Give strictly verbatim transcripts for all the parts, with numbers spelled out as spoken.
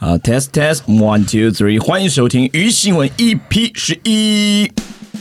好 ，test test one two three， 欢迎收听鱼新闻 E P 十一。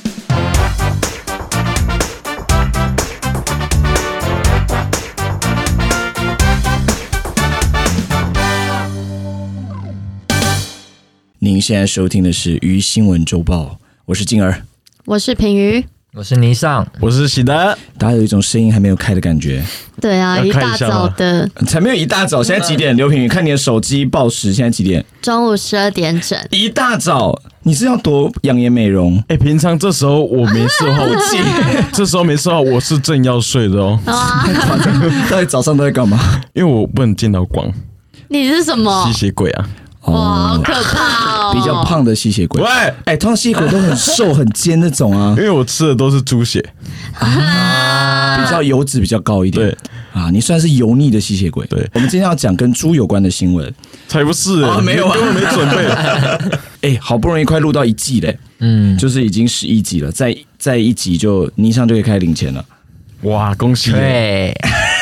您现在收听的是鱼新闻周报，我是静儿， 我是品瑜， 我是倪尚， 我是喜德。 大家有一种声音还没有开的感觉。 对啊，一大早的， 才没有一大早。现在几点？刘品瑜，看你的手机报时，现在几点？ 中午十二点整。一大早，你是要多养颜美容？ 哎、欸，平常这时候我没事的话，我这时候没事的话，我是正要睡的哦。 到底早上都在干嘛？ 因为我不能见到光。 你是什么？ 吸血鬼啊！ 哇，好可怕哦！ 比较胖的吸血鬼。 喂， 哎、欸，通常吸血鬼都很瘦很尖那种啊。 因为我吃的都是猪血啊，比较油脂比较高一点。对啊，你算是油腻的吸血鬼。对，我们今天要讲跟猪有关的新闻。 才不是、欸， 啊，没有啊， 根本没准备。 哎、欸，好不容易快录到一季嘞，嗯，就是已经十一集了，再再一集就倪尚就可以开始领钱了。 哇，恭喜！ 对。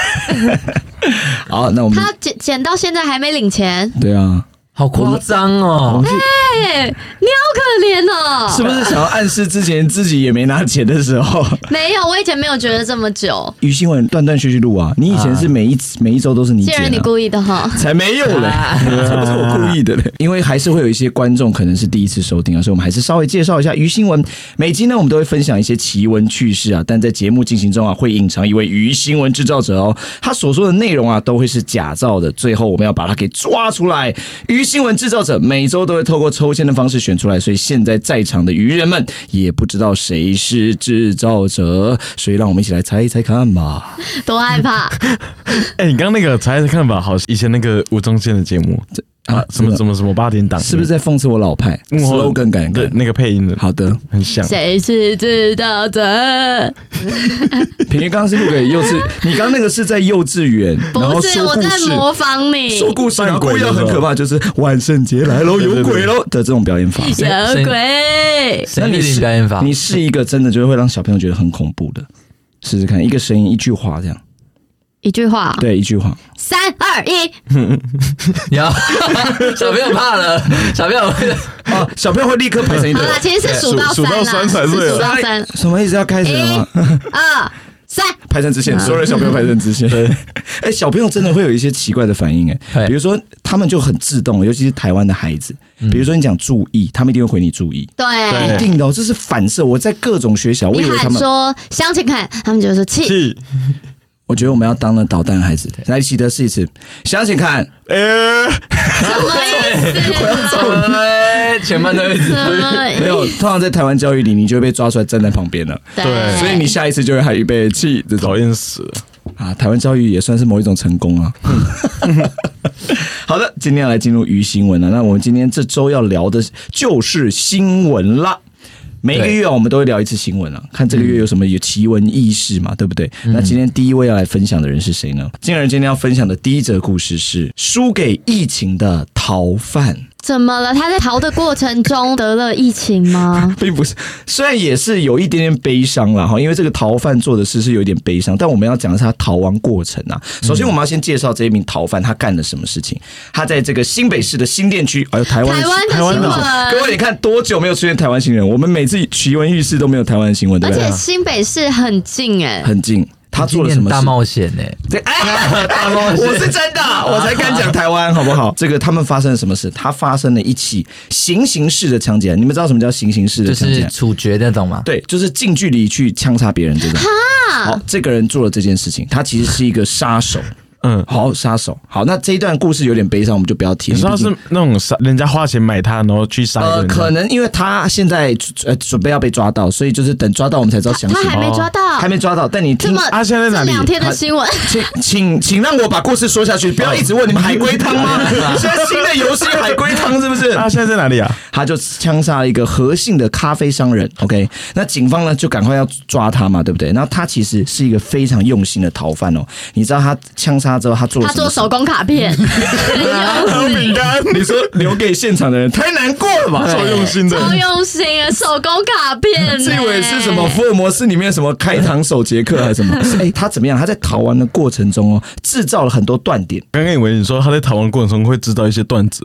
好，那我们他捡捡到现在还没领钱。 对啊。 好夸张哦！ 哎、欸，你好可怜哦！ 是不是想要暗示之前自己也没拿钱的时候？ 没有，我以前没有觉得这么久。 鱼新闻断断续续录啊，你以前是每一、啊、每一周都是你剪、啊， 既然你故意的哈， 才没有嘞，这不是我故意的嘞。因为还是会有一些观众可能是第一次收听啊，所以我们还是稍微介绍一下鱼新闻。每集呢，我们都会分享一些奇闻趣事啊，但在节目进行中啊，会隐藏一位鱼新闻制造者哦，他所说的内容啊，都会是假造的。最后我们要把他给抓出来。鱼新闻制造者每周都会透过抽签的方式选出来，所以现在在场的鱼人们也不知道谁是制造者，所以让我们一起来猜一猜看吧。 多害怕！ 哎、欸，你刚刚那个猜猜看吧，好，以前那个吴宗宪的节目啊，什么什么什么八点档， 是不是在讽刺我老派 slogan 感？ 对，那个配音的， 好的， 很像。 谁是制造者？ 平瑜刚刚是录给幼稚，你刚刚那个是在幼稚园，然后不是我在模仿你说故事，然后故意要很可怕，就是万圣节来喽，有鬼喽的这种表演法。 有鬼！ 那你是表演法， 你是一个真的就会让小朋友觉得很恐怖的，试试看，一个声音，一句话这样。 一句话， 对，一句话。 三二一， 有小朋友怕了，小朋友会啊，小朋友会立刻排成一队。 好啦，其实是数到三啦， 数到三才对， 数到三。 什么意思？要开始了吗？ 二三， 排成直线，所有的小朋友排成直线。哎、欸，小朋友真的会有一些奇怪的反应，哎，比如说他们就很自动，尤其是台湾的孩子，比如说你讲注意，他们一定会回你注意， 对， 一定的、哦，这是反射。我在各种学校，我以为他们你喊说相亲看，他们就说气。 我觉得我们要当了捣蛋孩子，来喜德试一次，想想看，呃， 什么意思？ 我要揍你！ 全班都一直没有，通常在台湾教育里，你就会被抓出来站在旁边了， 对， 所以你下一次就会喊预备气，这讨厌死了啊！台湾教育也算是某一种成功啊。好的，今天要来进入鱼新闻了。那我们今天这周要聊的就是新闻啦。每一个月、啊、我们都会聊一次新闻啊，看这个月有什么有奇闻异事嘛，对不对？嗯、那今天第一位要来分享的人是谁呢？今人今天要分享的第一则故事是输给疫情的逃犯。 怎么了？他在逃的过程中得了疫情吗？ 并不是，虽然也是有一点点悲伤啦，因为这个逃犯做的事是有一点悲伤，但我们要讲的是他逃亡过程啊。首先，我们要先介绍这一名逃犯他干了什么事情。他在这个新北市的新店区，哎呦，台湾台湾的新闻， 各位，你看多久没有出现台湾新人？我们每次奇闻异事都没有台湾新闻，对不对？ 而且新北市很近哎、欸， 很近。他做了什么事？ 大冒险呢、欸？ 对，哎，大冒险，我是真的，我才敢讲台湾，好不好？这个他们发生了什么事？他发生了一起行刑式的枪击案。你们知道什么叫行刑式的枪击案？ 就是处决那种吗？ 对，就是近距离去枪杀别人这种。好，这个人做了这件事情，他其实是一个杀手。嗯，好，杀手。好，那这一段故事有点悲伤，我们就不要提。 你说他是那种杀人家花钱买他，然后去杀人？呃， 可能因为他现在呃准备要被抓到，所以就是等抓到我们才知道详细。 他还没抓到，哦、 还没抓到。但你听， 他、啊、现在在哪里？ 这两天的新闻， 请请请让我把故事说下去，不要一直问你们海龟汤吗？现在新的游戏海龟汤是不是？ 他现在在哪里啊？ 他就枪杀了一个和姓的咖啡商人。OK， 那警方呢就赶快要抓他嘛，对不对？然后他其实是一个非常用心的逃犯哦。你知道他枪杀之后他做了什么？ 手工卡片， 还有饼干，你说留给现场的人太难过了吧？超用心的， 超用心啊！手工卡片， 这以为是什么福尔摩斯里面什么开膛手杰克还是什么？哎、欸，他怎么样？他在逃亡的过程中哦，制造了很多断点。 刚刚以为你说他在逃亡过程中会制造一些段子。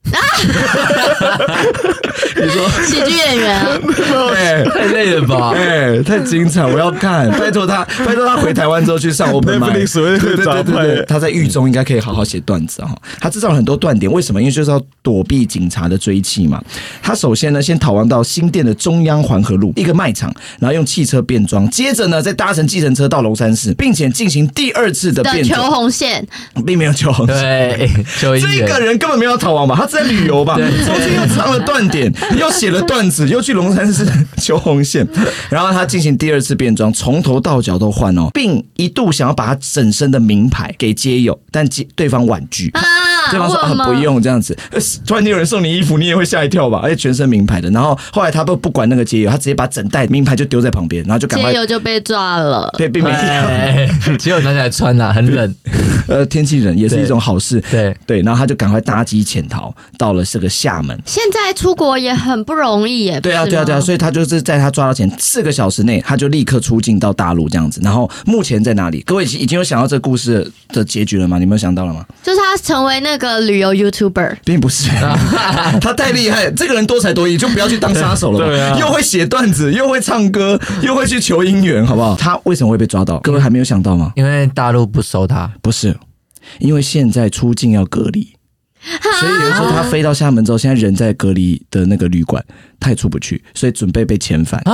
你说喜剧演员啊， 哎， 太累了吧？ 哎，太精彩，我要看，拜托他，拜托他回台湾之后去上 Open Mic， Netflix 会对对对对对，他在狱中应该可以好好写段子哈。他制造了很多断点，为什么？因为就是要躲避警察的追击嘛。他首先呢，先逃亡到新店的中央环河路一个卖场，然后用汽车变装，接着呢，再搭乘计程车到龙山寺，并且进行第二次的的求变装， 红线， 并没有求红线。 对，求姻这缘个人根本没有逃亡吧？他是在旅游吧？中间又唱了断点，又写了段子，又去龙山寺求红线，然后他进行第二次变装，从头到脚都换哦，并一度想要把他整身的名牌给街友，但对方婉拒。 啊， 对方说啊不用这样子，突然间有人送你衣服，你也会吓一跳吧？而且全身名牌的。然后后来他不不管那个街友，他直接把整袋名牌就丢在旁边，然后就赶快街友就被抓了。 对，并没有。 结果拿起来穿啊，很冷。 呃，天气冷也是一种好事。 对对，然后他就赶快搭机潜逃到了这个厦门。 现在出国也很不容易耶。 对啊，对啊，对啊，所以他就是在他抓到前四个小时内，他就立刻出境到大陆这样子。然后目前在哪里？各位已经有想到这个故事的结局了吗？你们有想到了吗？ 就是他成为那个旅游 YouTuber， 并不是，他太厉害，这个人多才多艺，就不要去当杀手了吧。 对啊， 又会写段子，又会唱歌，又会去求姻缘，好不好？他为什么会被抓到？各位还没有想到吗？ 因为大陆不收他， 不是，因为现在出境要隔离。所以有人说他飞到厦门之后，现在人在隔离的那个旅馆，他也出不去，所以准备被遣返。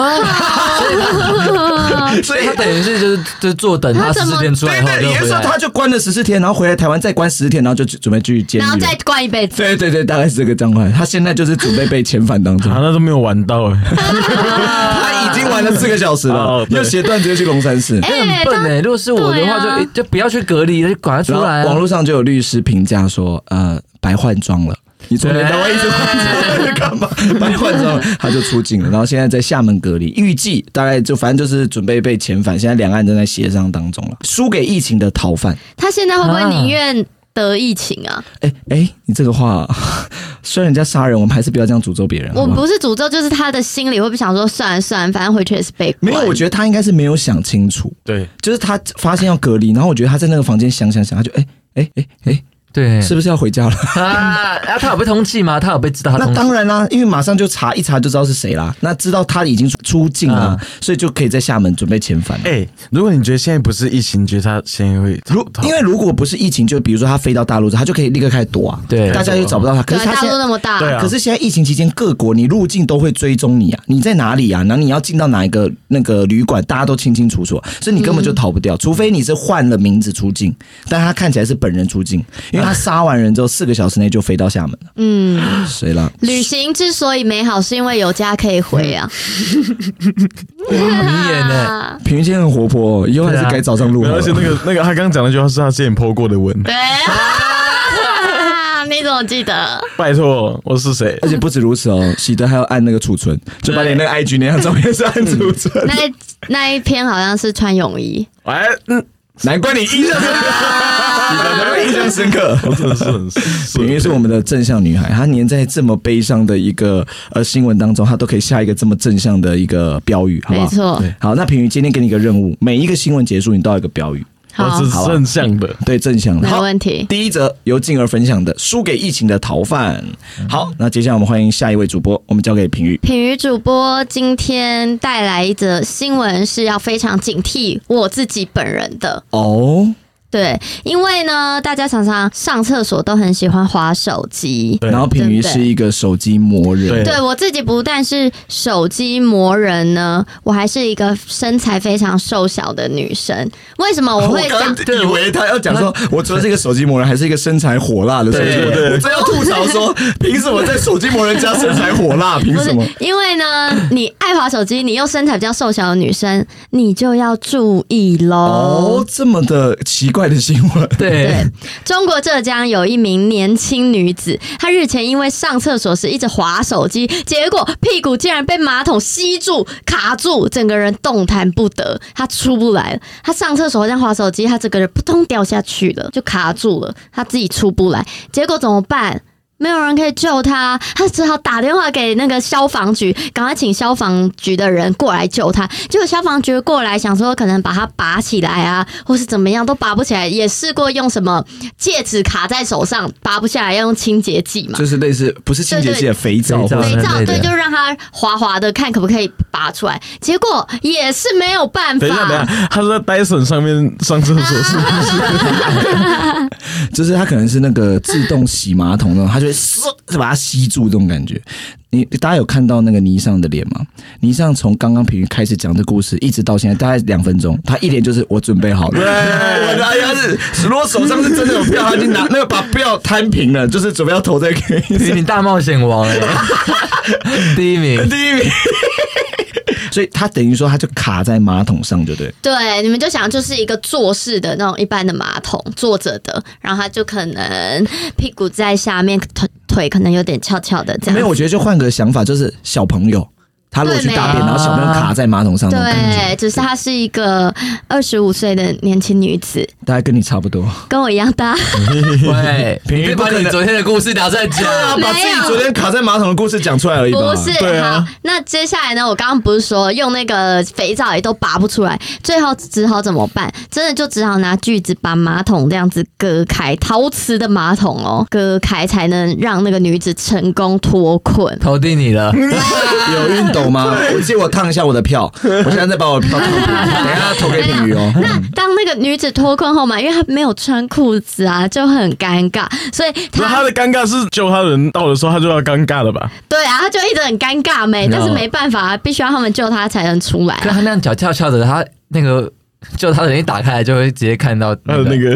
所以他等于是就是就是坐等他十四天出来后对对，也就是就回来。 说他就关了十四天，然后回来台湾再关十四天，然后就准备去监狱， 然后再关一辈子。 对对对，大概是这个状况。他现在就是准备被遣返当中。 啊，那都没有玩到哎。 他已经玩了四个小时了， 哦又写段子又去龙山寺。 哎，很笨哎！如果是我的话， 对啊就就不要去隔离，就赶快出来啊。 网络上就有律师评价说，呃，白换装了。你昨天台湾一直换装在干嘛？白换装了，他就出境了，然后现在在厦门隔离，预计大概就反正就是准备被遣返，现在两岸正在协商当中了。输给疫情的逃犯， 他现在会不会宁愿得疫情啊？ 哎哎，你这个话，虽然人家杀人，我们还是不要这样诅咒别人。 我不是诅咒，就是他的心里会不会想说，算了算了，反正回去也是被关。 没有，我觉得他应该是没有想清楚。 对， 就是他发现要隔离，然后我觉得他在那个房间想想想，他就哎哎哎哎， 对， 是不是要回家了？ 啊啊！他有被通缉吗？他有被知道他通那缉？ 当然啦，因为马上就查一查就知道是谁啦。那知道他已经出境了， 啊所以就可以在厦门准备遣返。 哎，如果你觉得现在不是疫情，你觉得他现在会如因为如果不是疫情，就比如说他飞到大陆，他就可以立刻开始躲啊， 对大家就找不到他。可对大是他现在陆那么大， 对啊可是现在疫情期间，各国你入境都会追踪你啊，你在哪里啊？然后你要进到哪一个那个旅馆，大家都清清楚楚，所以你根本就逃不掉，除非你是换了名字出境，但他看起来是本人出境，因为他杀完人之后四个小时内就飞到厦门了。 嗯， 谁啦？ 旅行之所以美好，是因为有家可以回啊。 名言呢？ 平云今天很活泼、哦，以后还是该早上录好了。 而且那个那个他刚刚讲那句话是他之前 po 过的文。 对啊，你怎么记得？ 拜托，我是谁？ 而且不止如此哦，喜德还要按那个储存，就把你那个 I G 那张照片是按储存。 那一那一篇好像是穿泳衣， 哎，嗯， 难怪你印象深刻，喜德难怪印象深刻。 我真的是很品云是我们的正向女孩，她黏在这么悲伤的一个呃新闻当中，她都可以下一个这么正向的一个标语，好不好？ 没错。 对，好，那品云今天给你一个任务，每一个新闻结束，你都要有一个标语。 好我，只是正向的。 对，正向的。 没好， 问题。 第一则由静儿分享的，输给疫情的逃犯。好，那接下来我们欢迎下一位主播，我们交给品瑜。 品瑜主播今天带来一则新闻，是要非常警惕我自己本人的。 哦， 对，因为呢，大家常常上厕所都很喜欢滑手机。 对然后品瑜对不对是一个手机魔人。 对对我自己不但是手机魔人呢，我还是一个身材非常瘦小的女生。为什么我会讲？ 刚刚以为他要讲说，我除了是一个手机魔人，还是一个身材火辣的手机魔对对人。我真要吐槽说，凭什么在手机魔人家身材火辣？凭不是什么？ 因为呢，你爱滑手机，你又身材比较瘦小的女生，你就要注意喽。 哦，这么的奇怪的新闻。 对对，中国浙江有一名年轻女子，她日前因为上厕所时一直滑手机，结果屁股竟然被马桶吸住、卡住，整个人动弹不得，她出不来了。她上厕所这样滑手机，她整个人扑通掉下去了，就卡住了，她自己出不来。结果怎么办？ 没有人可以救他，他只好打电话给那个消防局，赶快请消防局的人过来救他。结果消防局过来想说可能把他拔起来啊，或是怎么样都拔不起来，也试过用什么戒指卡在手上拔不下来，要用清洁剂嘛， 就是类似不是清洁剂的肥皂， 肥皂对，就让他滑滑的看可不可以拔出来，结果也是没有办法。 等一下，等一下，他是在Dyson上面上厕所是不是？ 就是他可能是那个自动洗马桶那种，他就会就把它吸住这种感觉。你大家有看到那个倪尚的脸吗？倪尚从刚刚平云开始讲这故事，一直到现在大概两分钟，他一脸就是我准备好了。对，我的哎呀是，如果手上是真的有票，他已经拿那个把票摊平了，就是准备要投在给你。 你大冒险王哎、欸，第一名， 第一名。所以他等于说他就卡在马桶上，就对。 对，你们就想就是一个坐式的那种一般的马桶，坐着的，然后他就可能屁股在下面，腿腿可能有点翘翘的这样。 没有，我觉得就换个想法，就是小朋友。他如果去大便，然后小朋友卡在马桶上， 对，只是她是一个二十五岁的年轻女子， 大概跟你差不多， 跟我一样大。 对，你可以把你昨天的故事拿出来讲， 把自己昨天卡在马桶的故事讲出来而已吧。 不是，对啊。好，那接下来呢？我刚刚不是说用那个肥皂也都拔不出来，最后只好怎么办？真的就只好拿锯子把马桶这样子割开，陶瓷的马桶哦，割开才能让那个女子成功脱困。 投递你了， 有运动吗？我借我烫一下我的票，我现在再把我的票烫平，等一下投给品瑜哦。 那当那个女子脱困后嘛，因为她没有穿裤子啊，就很尴尬，所以她她的尴尬是救她的人到的时候，她就要尴尬了吧？ 对啊，她就一直很尴尬没，但是没办法，必须要他们救她才能出来、啊。 可她那样脚翘翘的，她那个救她的人一打开来，就会直接看到她的那个。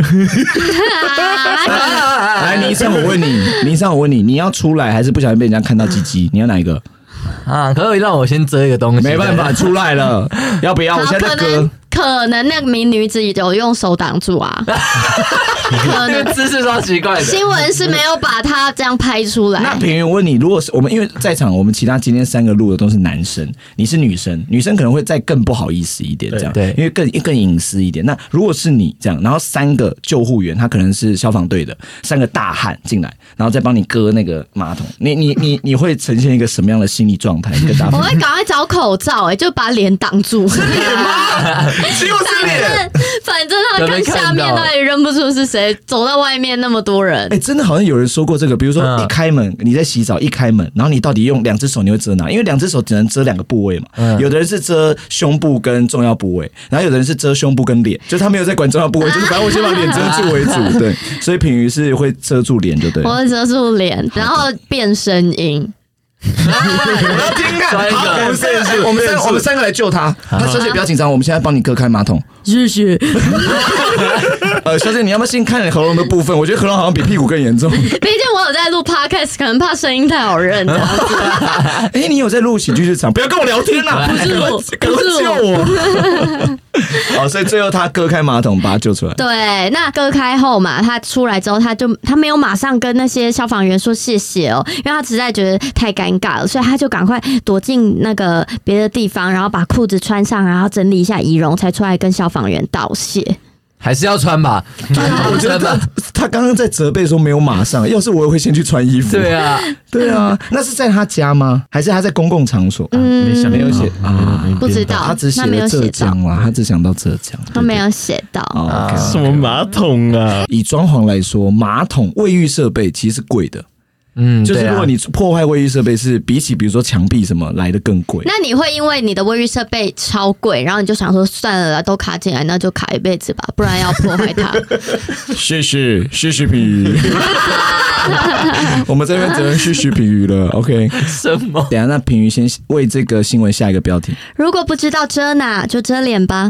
来，倪尚，我问你，倪尚，我问你，你要出来还是不小心被人家看到鸡鸡？你要哪一个？ 啊，可以让我先遮一个东西， 没办法，出来了，要不要？我现在在割。 可能那名女子有用手挡住啊， 可能姿势超奇怪的。 新闻是没有把她这样拍出来。 那平云，我问你，如果是我们，因为在场我们其他今天三个录的都是男生，你是女生，女生可能会再更不好意思一点，这样， 对， 因为更更隐私一点。那如果是你这样，然后三个救护员，他可能是消防队的，三个大汉进来，然后再帮你割那个马桶，你你你你会呈现一个什么样的心理状态？跟大家我会赶快找口罩、欸，哎，就把脸挡住。 是脸吗？就是脸。 反正他看下面，他也认不出是谁。走到外面那么多人， 哎、欸，真的好像有人说过这个。比如说，一开门，你在洗澡，一开门，然后你到底用两只手，你会遮哪？因为两只手只能遮两个部位嘛。嗯、有的人是遮胸部跟重要部位，然后有的人是遮胸部跟脸，就是他没有在管重要部位，就是反正我先把脸遮住为主。对，所以品瑜是会遮住脸，就对。 我会遮住脸，然后变声音。 我要听看，好，我们三个，我们三，我们三个来救他。他小姐不要紧张，我们现在帮你割开马桶。 谢谢。 呃，小姐，你要不要先看你喉咙的部分？我觉得喉咙好像比屁股更严重。毕竟我有在录 podcast， 可能怕声音太好认。 哎、欸，你有在录喜剧日常？不要跟我聊天啦！ 不是我， 赶快救我！好，所以最后他割开马桶，把他救出来。 对，那割开后嘛，他出来之后，他就他没有马上跟那些消防员说谢谢哦，因为他实在觉得太尴尬了，所以他就赶快躲进那个别的地方，然后把裤子穿上，然后整理一下仪容，才出来跟消防员道谢。 还是要穿吧？ 对啊，我觉得他他刚刚在责备说没有马上，要是我也会先去穿衣服。 对啊， 对啊，那是在他家吗？还是他在公共场所？ 嗯， 没想没有写啊， 不知道， 他只写了浙江啦，他只想到浙江， 他没有写到。 哦 okay, 什么马桶啊？ 以装潢来说，马桶卫浴设备其实是贵的。嗯，就是如果你破坏卫浴设备，是比起比如说墙壁什么来的更贵。 那你会因为你的卫浴设备超贵，然后你就想说算了啦，都卡进来，那就卡一辈子吧，不然要破坏它。 谢谢谢谢品瑜，我们这边只能谢谢品瑜了。OK， 什么？ 等一下，那品瑜先为这个新闻下一个标题。 如果不知道遮哪，就遮脸吧。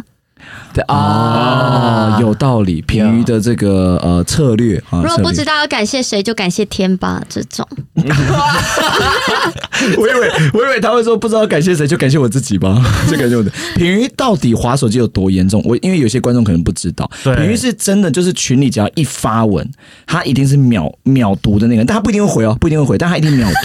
哦，有道理。品瑜的这个呃策略啊， 如果不知道要感谢谁，就感谢天吧。这种， 我以为我以为他会说不知道感谢谁，就感谢我自己吧。就感谢我的品瑜到底滑手机有多严重？我因为有些观众可能不知道，品瑜是真的就是群里只要一发文，他一定是秒秒读的那个人，但他不一定会回哦，不一定会回，但他一定秒读。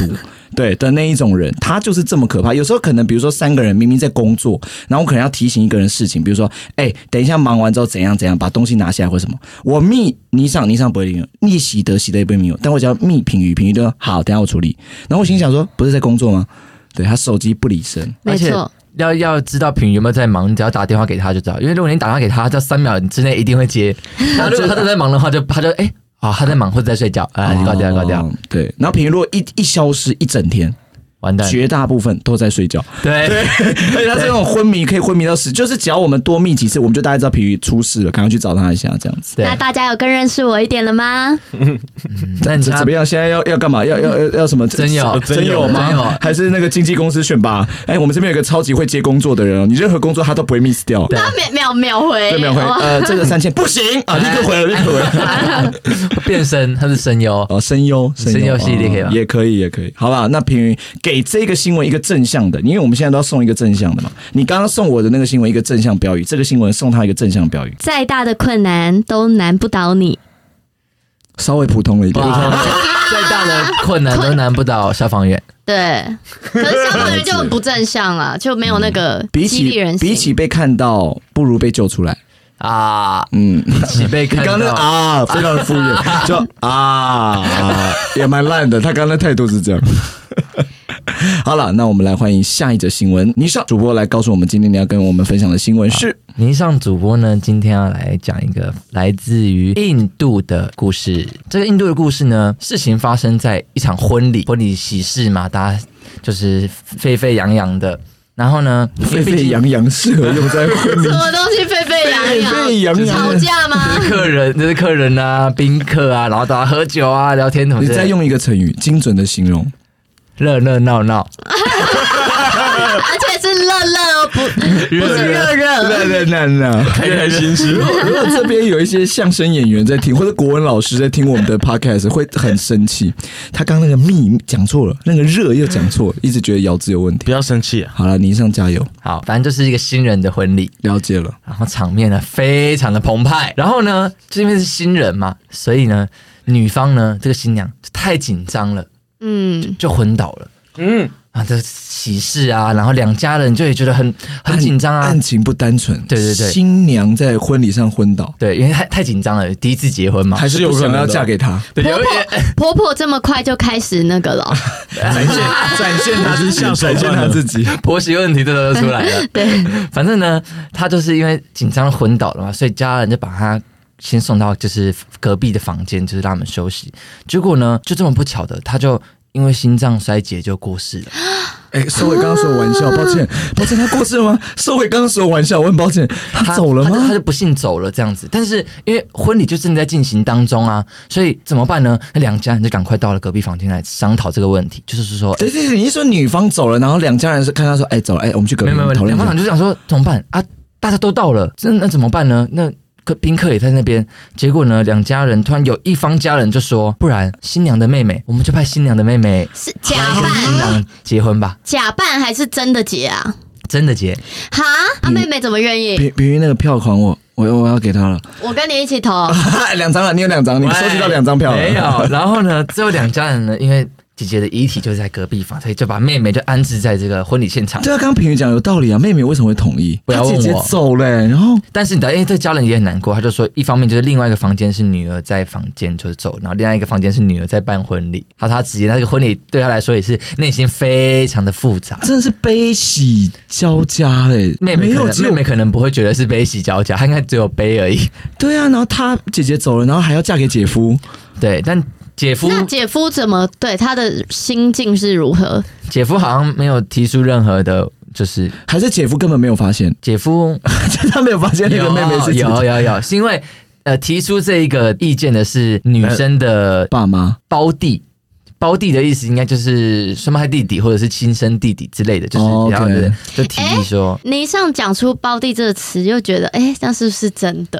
对的那一种人，他就是这么可怕。有时候可能比如说三个人明明在工作，然后我可能要提醒一个人事情，比如说哎、欸，等一下忙完之后怎样怎样把东西拿下来或什么，我密倪尚倪尚不会理我，密喜德喜德也不会理我，但我只要密品瑜品瑜就说好，等一下我处理。然后我心想说不是在工作吗？对，他手机不离身， 没错。 要要知道品瑜有没有在忙，你只要打电话给他就知道。因为如果你打电话给他，在三秒之内一定会接。他如果他都在忙的话，就他就哎啊、哦、他在忙或者在睡觉啊，你挂掉挂掉。 对，然后品瑜如果一一消失一整天。 完蛋， 绝大部分都在睡觉。 对， 对，而且他是那种昏迷，可以昏迷到死。就是只要我们多密几次，我们就大概知道品瑜出事了，赶快去找他一下，这样子。 那大家有更认识我一点了吗？ 嗯，那你怎么样？现在要要干嘛？要要要要什么？ 真有真有吗？还是那个经纪公司选拔？哎，我们这边有个超级会接工作的人哦，你任何工作他都不会 miss 掉。 他秒秒秒回， 对，秒回。呃，这个三千不行啊，立刻回了，立刻回了。 变身，他是声优哦，声优， 声优系列可以吧？ 也可以，也可以。好吧，那品瑜给这个新闻。一个正向的，因为我们现在都要送一个正向的嘛。你刚刚送我的那个新闻一个正向标语，这个新闻送他一个正向标语。 再大的困难都难不倒你。 稍微普通了一点。 再大的困难都难不倒消防员。 对，可是消防员就很不正向啊，就没有那个激励人心。 比起被看到，不如被救出来。 啊， 嗯， 一起被看到。 刚刚那啊，非常的敷衍，就啊，也蛮烂的。他刚刚的态度是这样。好了，那我们来欢迎下一则新闻。倪尚主播来告诉我们，今天你要跟我们分享的新闻是。 倪尚主播呢，今天要来讲一个来自于印度的故事。这个印度的故事呢，事情发生在一场婚礼，婚礼喜事嘛，大家就是沸沸扬扬的。然后呢， 沸沸扬扬适合用在婚礼。 什么东西沸沸扬扬？ 沸沸扬扬吵架吗？ 就是客人，就是客人啊，宾客啊，然后大家喝酒啊，聊天什么。 你再用一个成语，精准的形容。 热热闹闹， 而且是热热，不不是热热， 热热闹闹， 开开心心。 如果如果这边有一些相声演员在听，或者国文老师在听我们的 podcast， 会很生气。他刚那个密讲错了，那个热又讲错了，一直觉得咬字有问题。 不要生气啊！ 好了，倪尚加油。 好，反正就是一个新人的婚礼， 了解了。 然后场面呢非常的澎湃。然后呢，这边是新人嘛，所以呢，女方呢这个新娘太紧张了。嗯，就昏倒了。嗯啊，这喜事啊，然后两家人就也觉得很很紧张啊， 案情不单纯。 对对对， 新娘在婚礼上昏倒， 对，因为太太紧张了，第一次结婚嘛， 还是有可能要嫁给他。 婆婆婆婆这么快就开始那个了， 展现展现他自己，展现他自己， 婆媳问题这都出来了。 对， 反正呢，他就是因为紧张昏倒了嘛，所以家人就把他先送到就是隔壁的房间，就是让他们休息。结果呢，就这么不巧的，他就因为心脏衰竭就过世了。 哎、欸，收回刚刚说的玩笑，抱歉，抱歉，他过世了吗？收回刚刚说的玩笑，我很抱歉，他走了吗？ 他, 他, 就他就不幸走了这样子。但是因为婚礼就正在进行当中啊，所以怎么办呢？那两家人就赶快到了隔壁房间来商讨这个问题，就是说， 对对对，你是说女方走了，然后两家人是看他说，哎、欸，走了，哎、欸，我们去隔壁讨论。 两方就想说怎么办啊？大家都到了，那那怎么办呢？那宾客也在那边，结果呢，两家人突然有一方家人就说，不然新娘的妹妹，我们就派新娘的妹妹是假扮新娘结婚吧？ 假扮还是真的结啊？ 真的结。 哈，啊，妹妹怎么愿意？ 比比如那个票款我，我我我要给他了。 我跟你一起投， 两张了，你有两张，你收集到两张票了。 没有。然后呢，最后两家人呢，因为姐姐的遗体就在隔壁房，所以就把妹妹就安置在这个婚礼现场。 对啊，刚刚品瑜讲有道理啊，妹妹为什么会同意？ 不要问我， 姐姐走了、欸，然后但是你知道，因为这家人也很难过，他就说，一方面就是另外一个房间是女儿在房间就是走，然后另外一个房间是女儿在办婚礼。他他直接那个婚礼对他来说也是内心非常的复杂， 真的是悲喜交加嘞、欸。 妹妹可能妹妹可能不会觉得是悲喜交加，她应该只有悲而已。 对啊，然后她姐姐走了，然后还要嫁给姐夫。 对，但姐夫那姐夫怎么对他的心境是如何？ 姐夫好像没有提出任何的，就是还是姐夫根本没有发现。 姐夫他没有发现那个妹妹是有有有有，是因为呃提出这一个意见的是女生的爸妈胞弟。胞弟的意思应该就是双胞胎弟弟或者是亲生弟弟之类的，就是这样子就提议说， 你上讲出胞弟这个词，就觉得哎，这样是不是真的？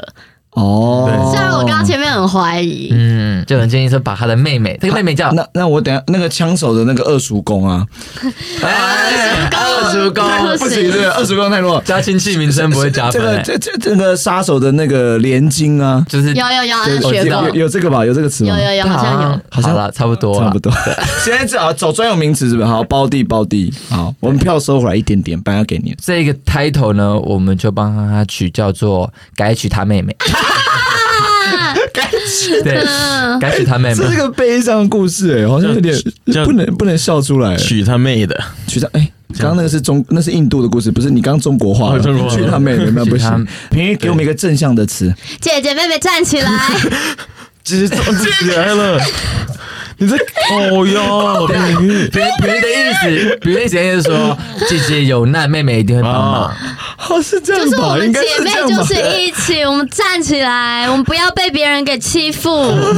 哦， 虽然我刚刚前面很怀疑， 嗯，就很建议说把他的妹妹，这个妹妹叫那那我等下那个枪手的那个二叔公啊， 哎二叔公， 不行，对，二叔公太弱， 加亲戚名称不会加分、欸。 这个这这这个杀手的那个连金啊， 就是有有有学过， 有有这个吧？有这个词吗？ 有有有，好像有， 好像了，差不多， 差不多。现在只好走专有名词是不是？好，包地包地，好，我们票收回来一点点，半要给你。 这个 title 呢，我们就帮他取叫做改娶他妹妹。 改娶对，改娶他妹妹， 这是个悲伤的故事哎、欸，好像有点不能不能笑出来、欸。 娶他妹的， 娶他哎，刚、欸、刚那个是中那是印度的故事，不是你刚中国话了。娶他妹妹那不行。平玉给我们一个正向的词， 姐姐妹妹站起来， 姐姐站起来了。你在哦哟， 平玉平平玉的意思，平玉的意思是说姐姐有难，妹妹一定会帮忙。 哦，是这样吧？ 就是我们姐妹应该是就是一起，我们站起来，我们不要被别人给欺负。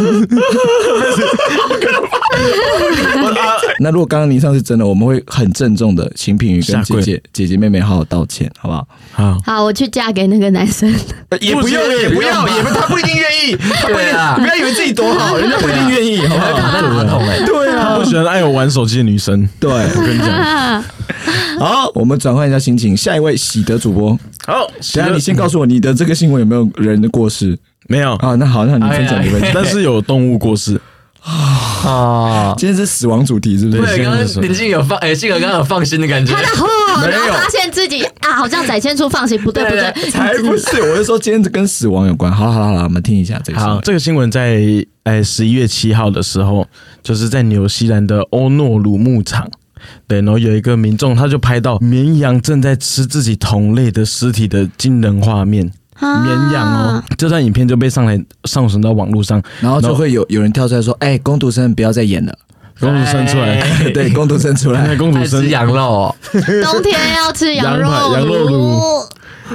那如果刚刚你上是真的，我们会很郑重的请品瑜跟姐姐姐姐妹妹好好道歉，好不好？ 好， 好，我去嫁给那个男生。 也不用，也不要，也不，他不一定愿意。 对啊， 不要以为自己多好，人家不一定愿意，好不好？ 卡在马桶哎， 对啊， 他不喜欢爱我玩手机的女生。 对，我跟你讲。好，我们转换一下心情，下一位喜德主播。 好， 等下你先告诉我你的这个新闻有没有人的过世？ 没有啊，那好，那你分享，你分享。 但是有动物过世。 啊， 今天是死亡主题，是不是？ 对，刚刚林静有放，哎，静儿刚刚有放心的感觉。 他的后，然后发现自己啊，好像载千出放心，不对不对， 才不是！我是说今天跟死亡有关。好了好了好了，我们听一下这个新闻。 好，这个新闻在哎十一月七号的时候，就是在纽西兰的欧诺鲁牧场。对，然后有一个民众，他就拍到绵羊正在吃自己同类的尸体的惊人画面。绵羊哦，这段影片就被上来上传到网络上， 然后就会有有人跳出来说：“哎、欸，工读生不要再演了。” 工读生出来， 对，工读生出来， 工读生吃羊肉、哦， 冬天要吃羊肉羊肉炉。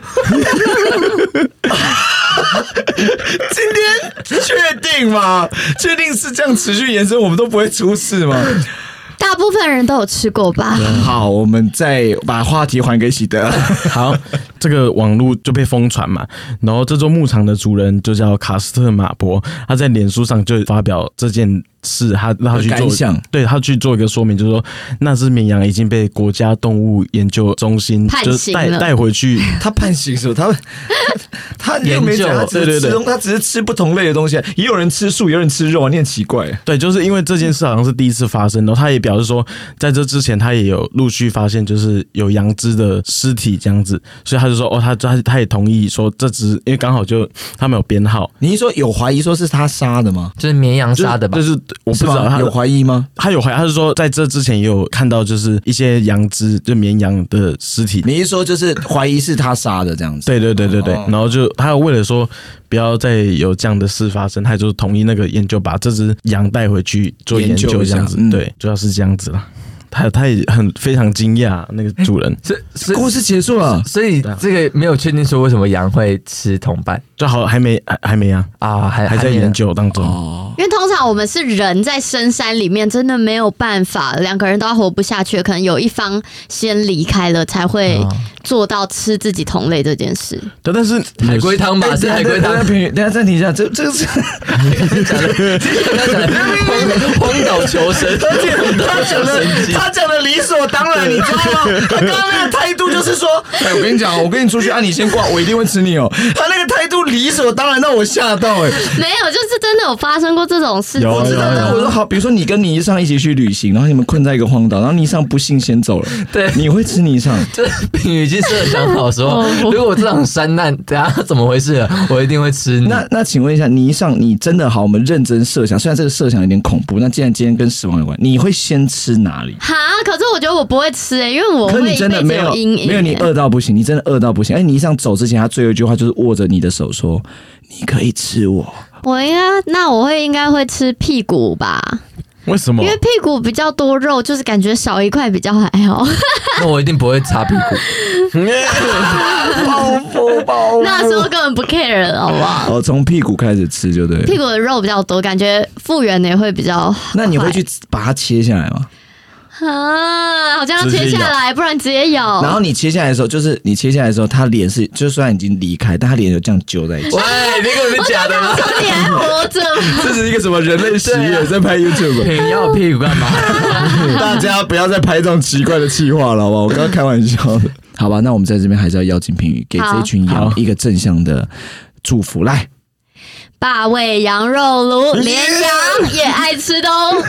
今天确定吗？确定是这样持续延伸，我们都不会出事吗？ 大部分人都有吃过吧？ 好，我们再把话题还给喜德。 好，这个网络就被疯传嘛，然后这座牧场的主人就叫卡斯特马博，他在脸书上就发表这件事，他让他去做，对他去做一个说明，就是说那只绵羊已经被国家动物研究中心就是带带回去， 他判刑是吧？他他研究， 对对对，他只是吃不同类的东西，也有人吃素，也有人吃肉，你很奇怪。 对，就是因为这件事好像是第一次发生，然后他也表示说，在这之前他也有陆续发现，就是有羊只的尸体这样子，所以他就说，哦，他他他也同意说这只，因为刚好就他们有编号。 你是说有怀疑说是他杀的吗？ 就是绵羊杀的吧？ 就是我不知道他有怀疑吗？ 他有怀疑，他是说在这之前也有看到，就是一些羊只，就绵羊的尸体。 你是说就是怀疑是他杀的这样子？ 对对对对对，哦、然后就他为了说不要再有这样的事发生，他就同意那个研究把这只羊带回去做研究这样子。嗯、对，主要是这样子了。他他也很非常惊讶，那个主人。 这故事结束了， 所以这个没有确定说为什么羊会吃同伴， 就好还没还还没啊啊，还还在研究当中。 哦，因为通常我们是人在深山里面，真的没有办法，两个人都要活不下去，可能有一方先离开了，才会做到吃自己同类这件事。 对，但是海龟汤吧，是海龟汤。 等下暂停一下，这这个是讲的荒岛求生， 他讲的他讲的理所当然，你知道吗？他刚刚那个态度就是说，哎，我跟你讲，我跟你出去啊，你先挂，我一定会吃你哦。他那个态度理所当然，让我吓到哎。 没有，就是真的有发生过这种事情。 我知道，我说好，比如说你跟倪尚一起去旅行，然后你们困在一个荒岛，然后倪尚不幸先走了， 对， 你会吃倪尚？ 这饼已经设想好说，如果这场山难，等下怎么回事了，我一定会吃你。 那那请问一下，倪尚，你真的好？我们认真设想，虽然这个设想有点恐怖，那既然今天跟死亡有关，你会先吃哪里？ 哈，可是我觉得我不会吃诶、欸，因为我会一辈子有阴影、欸。 没有，你饿到不行，你真的饿到不行。哎，倪尚走之前，他最后一句话就是握着你的手说：“你可以吃我。” 我应该，那我会应该会吃屁股吧？ 为什么？ 因为屁股比较多肉，就是感觉少一块比较还好。 那我一定不会擦屁股。 包袱包袱， 那时候根本不 care 了，好不好？ 哦，从屁股开始吃就对了。 屁股的肉比较多，感觉复原的也会比较。 那你会去把它切下来吗？ 啊，好像要切下来，不然直接咬。 然后你切下来的时候，就是你切下来的时候，他脸是，就虽然已经离开，但他脸有这样揪在一起。 喂，那个是假的吗？ 你还活着？ 这是一个什么人类实验？在拍 YouTube？ 你要屁股干嘛？ 大家不要再拍这种奇怪的气话了，好不好？我刚刚开玩笑的。好吧，那我们在这边还是要邀请评语，给这群羊一个正向的祝福。来。 霸味羊肉炉，连羊也爱吃的哦。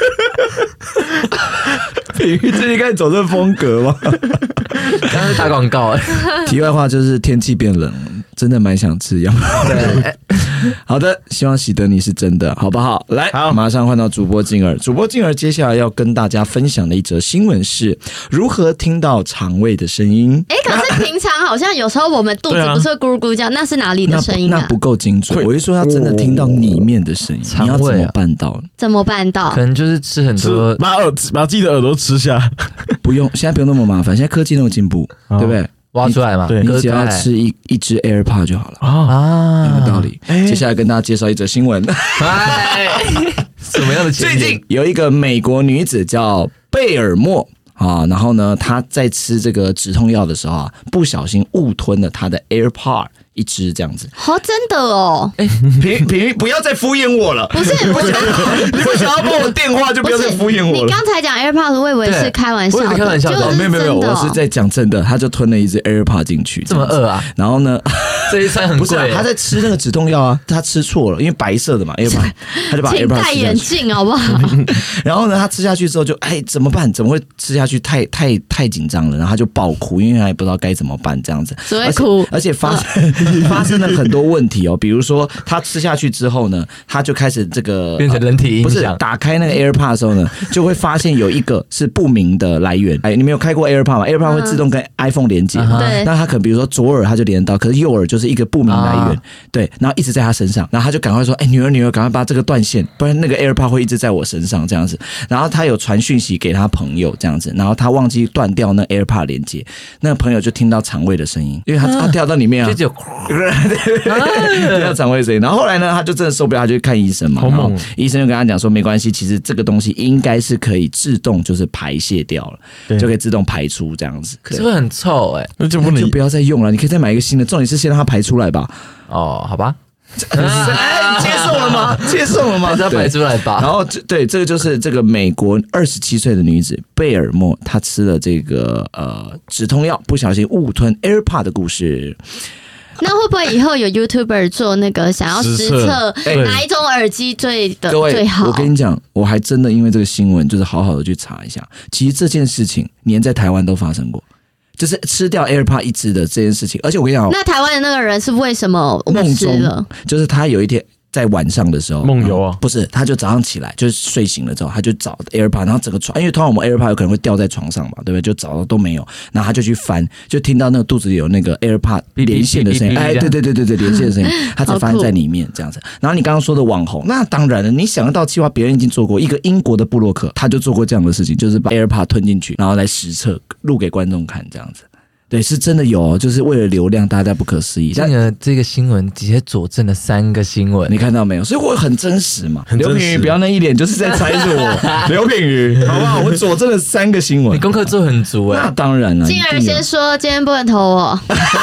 品瑜最近开始走这风格吗？ 刚刚打广告。 题外话就是天气变冷，真的蛮想吃羊肉的。好的，希望喜得你是真的，好不好？来，好，马上换到主播静儿。主播静儿接下来要跟大家分享的一则新闻是如何听到肠胃的声音。 哎、欸，可是平常好像有时候我们肚子不是会咕噜咕噜叫，那是哪里的声音啊？ 那不够精准。我是说要真的听到里面的声音，哦、你要怎么办到？ 怎么办到？ 可能就是吃很多， 把耳把自己的耳朵吃下。 不用，现在不用那么麻烦，现在科技那么进步，哦、对不对？ 挖出来嘛， 对，你只要吃一一只 AirPod 就好了啊，有没有道理？欸、接下来跟大家介绍一则新闻。 什么样的情景？ 最近有一个美国女子叫贝尔默啊，然后呢，她在吃这个止痛药的时候啊，不小心误吞了她的 AirPod。一只这样子， 哦，真的哦， 哎、欸，平平不要再敷衍我了， 不是， 不想要，你不想要拨我电话就不要再敷衍我了。 你刚才讲 AirPods， 我以为是开玩笑的， 开玩笑的， 没有没有没有，我是在讲真的，他就吞了一只 AirPod 进去， 这么饿啊？ 然后呢， 这一餐很贵、 啊，他在吃那个止痛药啊，他吃错了，因为白色的嘛 AirPod， 他就把 AirPod 吃下去。请戴眼镜好不好？ 然后呢，他吃下去之后就哎怎么办？怎么会吃下去？太太太紧张了，然后他就爆哭，因为他也不知道该怎么办这样子， 只会哭， 而且发生、嗯、发生了很。很多问题哦，比如说他吃下去之后呢，他就开始这个变成人体影响、 呃。不是打开那个 AirPod 的时候呢，就会发现有一个是不明的来源。哎，你没有开过 AirPod 吗 ？AirPod 会自动跟 iPhone 连接嘛？ 对、嗯。 那他可能比如说左耳他就连到，可是右耳就是一个不明来源。啊、对，然后一直在他身上，然后他就赶快说：“哎，女儿女儿，赶快把这个断线，不然那个 AirPod 会一直在我身上这样子。”然后他有传讯息给他朋友这样子，然后他忘记断掉那 AirPod 连接，那个朋友就听到肠胃的声音，因为他、啊、他跳到里面啊， 就只有。 听到肠胃声音，然后后来呢，他就真的受不了，他就去看医生嘛。然后医生就跟他讲说，没关系，其实这个东西应该是可以自动就是排泄掉了，就可以自动排出这样子。 可是会很臭哎、欸， 那就不能就不要再用了，你可以再买一个新的。重点是先让它排出来吧。 哦，好吧。 哎，接受了吗？接受了吗？ 还是要排出来吧。 然后，对，这个就是这个美国二十七岁的女子贝尔默，她吃了这个呃止痛药，不小心误吞 AirPod 的故事。 那会不会以后有 YouTuber 做那个想要实测哪一种耳机最的最好？ 我跟你讲，我还真的因为这个新闻，就是好好的去查一下，其实这件事情连在台湾都发生过。就是吃掉 AirPod 一只的这件事情，而且我跟你讲， 那台湾的那个人是为什么梦中了？就是他有一天在晚上的时候梦游啊， 不是，他就早上起来，就是睡醒了之后，他就找 AirPod， 然后整个床，因为通常我们 AirPod 有可能会掉在床上嘛，对不对？就找到都没有，然后他就去翻，就听到那个肚子里有那个 AirPod 连线的声音，哎，对对对对对，连线的声音，他才发现在里面这样子。然后你刚刚说的网红，那当然了，你想得到计划，别人已经做过，一个英国的部落客，他就做过这样的事情，就是把 AirPod 吞进去，然后来实测录给观众看，这样子。对，是真的有，就是为了流量，大家不可思议。 这个这个新闻直接佐证了三个新闻， 你看到没有？所以我很真实嘛。 很真实。 刘品瑜不要那一脸就是在猜着我，刘品瑜，好不好？我佐证了三个新闻， 你功课做很足哎、欸。 那当然了。 静儿先说，今天不能投我。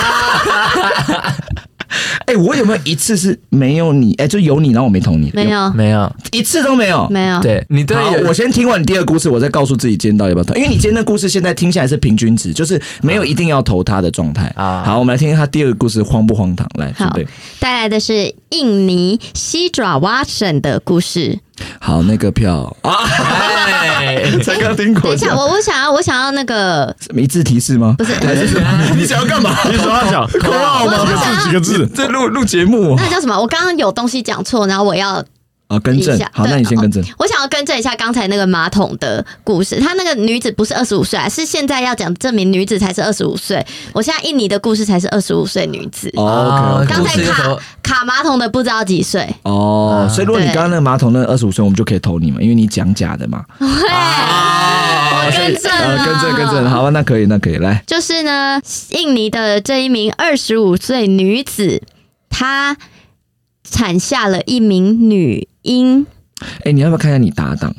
哎、欸，我有没有一次是没有你？哎、欸，就有你，然后我没投你， 没有， 没有， 一次都没有， 没有。 对你对， 我先听完你第二个故事，我再告诉自己今天到底要不要投，因为你今天的故事现在听起来是平均值，就是没有一定要投他的状态啊。好，我们来听听他第二个故事荒不荒唐？来， 好，带来的是印尼西爪哇省的故事。 好，那个票啊，才刚听过。 等一下，我我想要，我想要那个一字提示吗？ 不是， 你想要干嘛？ 你说他讲口号吗？ 几个字？ 这录录节目， 那叫什么？我刚刚有东西讲错，然后我要。 啊，更正。好，那你先更正、哦。 我想要更正一下刚才那个马桶的故事。她那个女子不是二十五岁，是现在要讲证明女子才是二十五岁。我现在印尼的故事才是二十五岁女子。 哦， 刚、okay, 才卡卡马桶的不知道几岁。 哦，所以如果你刚刚那个马桶那二十五岁，我们就可以投你嘛，因为你讲假的嘛。 对，我更正了、 啊，更正更正，好吧，那可以，那可以来。 就是呢，印尼的这一名二十五岁女子，她产下了一名女婴。 哎、欸，你要不要看一下你搭档？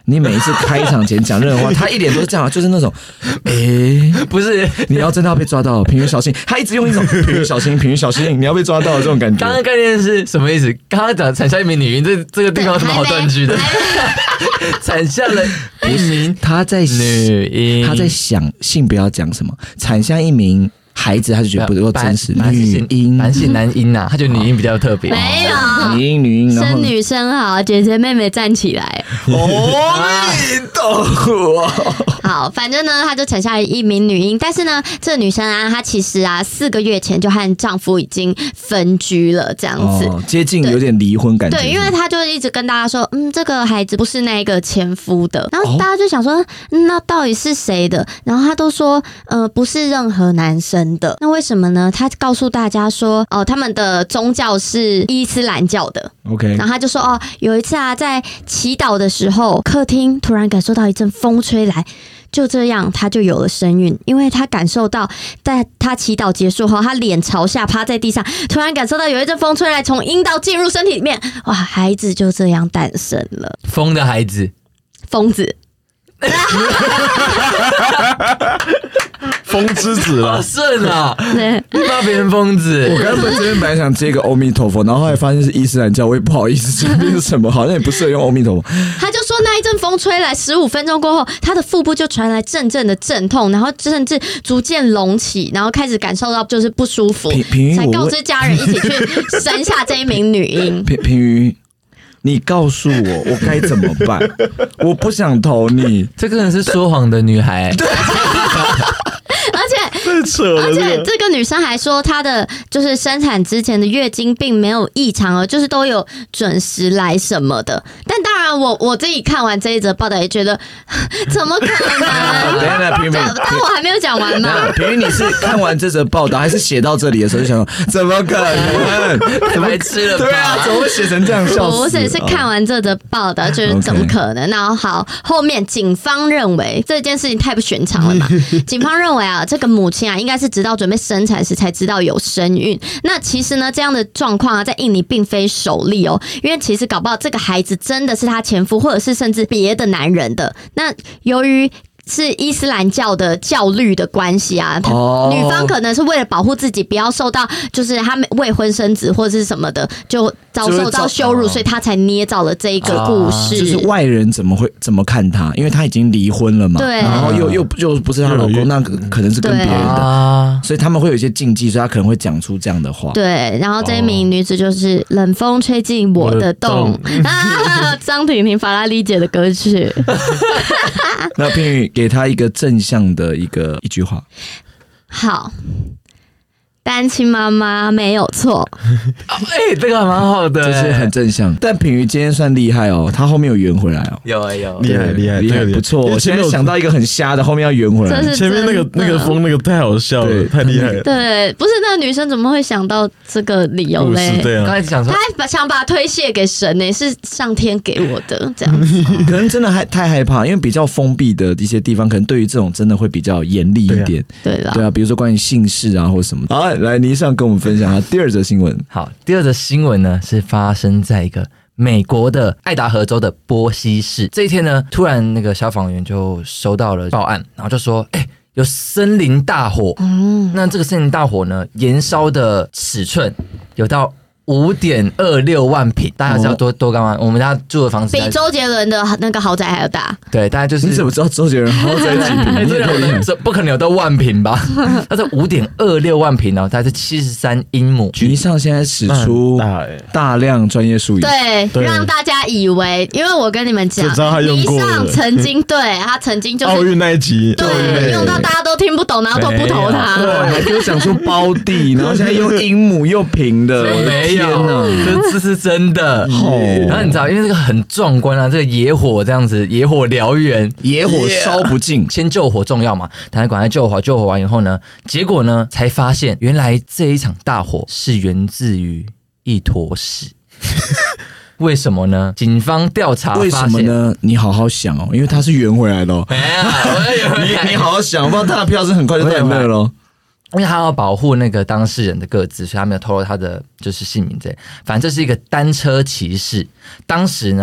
你每一次开场前讲任何话，他一脸都是这样，就是那种，哎、欸， 不是， 你要真的要被抓到，平云小心，他一直用一种平云小心，平云小心，你要被抓到的这种感觉。 刚刚概念是什么意思？刚刚讲产下一名女婴，这这个地方有什么好断句的？产下了一名， 他在女婴， 他在想性别要讲什么，产下一名。孩子他就觉得不够真实，女婴男性男婴啊，他觉得女婴比较特别， 没有女婴女婴， 生女生好，姐姐妹妹站起来， 哦，你懂。 好，反正呢，她就产下了一名女婴，但是呢，这个女生啊，她其实啊，四个月前就和丈夫已经分居了，这样子， 哦、接近有点离婚感觉。 对，因为她就一直跟大家说，嗯，这个孩子不是那个前夫的，然后大家就想说，嗯、那到底是谁的？然后她都说，呃，不是任何男生的，那为什么呢？他告诉大家说，哦，他们的宗教是伊斯兰教的。 OK， 然后他就说，哦，有一次啊，在祈祷的时候，客厅突然感受到一阵风吹来，就这样他就有了身孕，因为他感受到，在他祈祷结束后，他脸朝下趴在地上，突然感受到有一阵风吹来，从阴道进入身体里面，哇，孩子就这样诞生了。 疯的孩子， 疯子。 风之子了， 好顺啊！ 对， 骂别人疯子。 我刚本这边本来想接一个阿弥陀佛，然后后来发现是伊斯兰教，我也不好意思这边是什么，好像也不适合用阿弥陀佛。 他就说那一阵风吹来，十五分钟过后，他的腹部就传来阵阵的阵痛，然后甚至逐渐隆起，然后开始感受到就是不舒服，才告知家人一起去生下这一名女婴。 平平瑜，你告诉我，我该怎么办？我不想投你。 这个人是说谎的女孩。 而且， 太扯了！ 而且这个女生还说，她的就是生产之前的月经并没有异常哦，就是都有准时来什么的。但当然我，我我自己看完这一则报道也觉得，怎么可能？ 等一下，平平， 但我还没有讲完嘛。 平平，你是看完这则报道，还是写到这里的时候就想说，怎么可能？ 太白痴了吧？ 对啊，怎么会写成这样？笑死！ 不是，是看完这则报道，就是怎么可能？然后好，后面警方认为这件事情太不寻常了嘛。警方认为啊，这个母亲啊，应该是直到准备生产时才知道有身孕。那其实呢，这样的状况啊，在印尼并非首例哦，因为其实搞不好这个孩子真的是她前夫，或者是甚至别的男人的。那由于是伊斯兰教的教律的关系啊，哦、女方可能是为了保护自己，不要受到就是她未婚生子或者是什么的，就遭受到羞辱，所以她才捏造了这一个故事。 就是外人怎么会怎么看她？因为她已经离婚了嘛， 对， 然后又又又不是她老公，那可能是跟别人的，所以他们会有一些禁忌，所以她可能会讲出这样的话。 对，然后这一名女子就是冷风吹进我的洞啊，张婷婷、法拉利姐的歌曲。 那片语给他一个正向的一个一句话。 好，单亲妈妈没有错。 哎、欸，这个还蛮好的， 这是很正向。但品瑜今天算厉害哦，他后面有圆回来哦。 有啊有， 厉害厉害厉害，不错。我现在想到一个很瞎的，后面要圆回来。 前面那个那个风那个太好笑了，太厉害了。 对，不是那个女生怎么会想到这个理由嘞？ 对啊， 刚才想说， 她还把想把它推卸给神呢，是上天给我的这样子。 可能真的还太害怕，因为比较封闭的一些地方，可能对于这种真的会比较严厉一点。 对啦， 对啊，比如说关于姓氏啊或什么。好，来倪尚跟我们分享下第二则新闻。 好，第二则新闻呢是发生在一个美国的爱达荷州的波西市。这一天呢，突然那个消防员就收到了报案，然后就说：“哎、欸，有森林大火。嗯，那这个森林大火呢，燃烧的尺寸有到五点二六万平，大家知道多多高吗？我们家住的房子比周杰伦的那个豪宅还要大。 对，大概就是你怎么知道周杰伦豪宅几平？ 这这不可能有到万平吧？它是五点二六万平哦，大概是七十三英亩。 倪尚现在使出大量专业术语， 对，对让大家以为，因为我跟你们讲，倪尚曾经对他曾经就是奥运那一集， 对，用到大家都听不懂，然后都不投他， 对，还给我讲出胞地，然后现在用英亩又平的， 没有，这这是真的。然后你知道，因为这个很壮观啊，这个野火这样子，野火燎原， 野火烧不尽， 先救火重要嘛。赶快救火，救火完以后呢，结果呢才发现，原来这一场大火是源自于一坨屎。为什么呢？警方调查为什么呢？你好好想哦，因为它是圆回来的哦。你你好好想，不然他的票是很快就到那了。 因为他要保护那个当事人的个资，所以他没有透露他的就是姓名之类。反正这是一个单车骑士，当时呢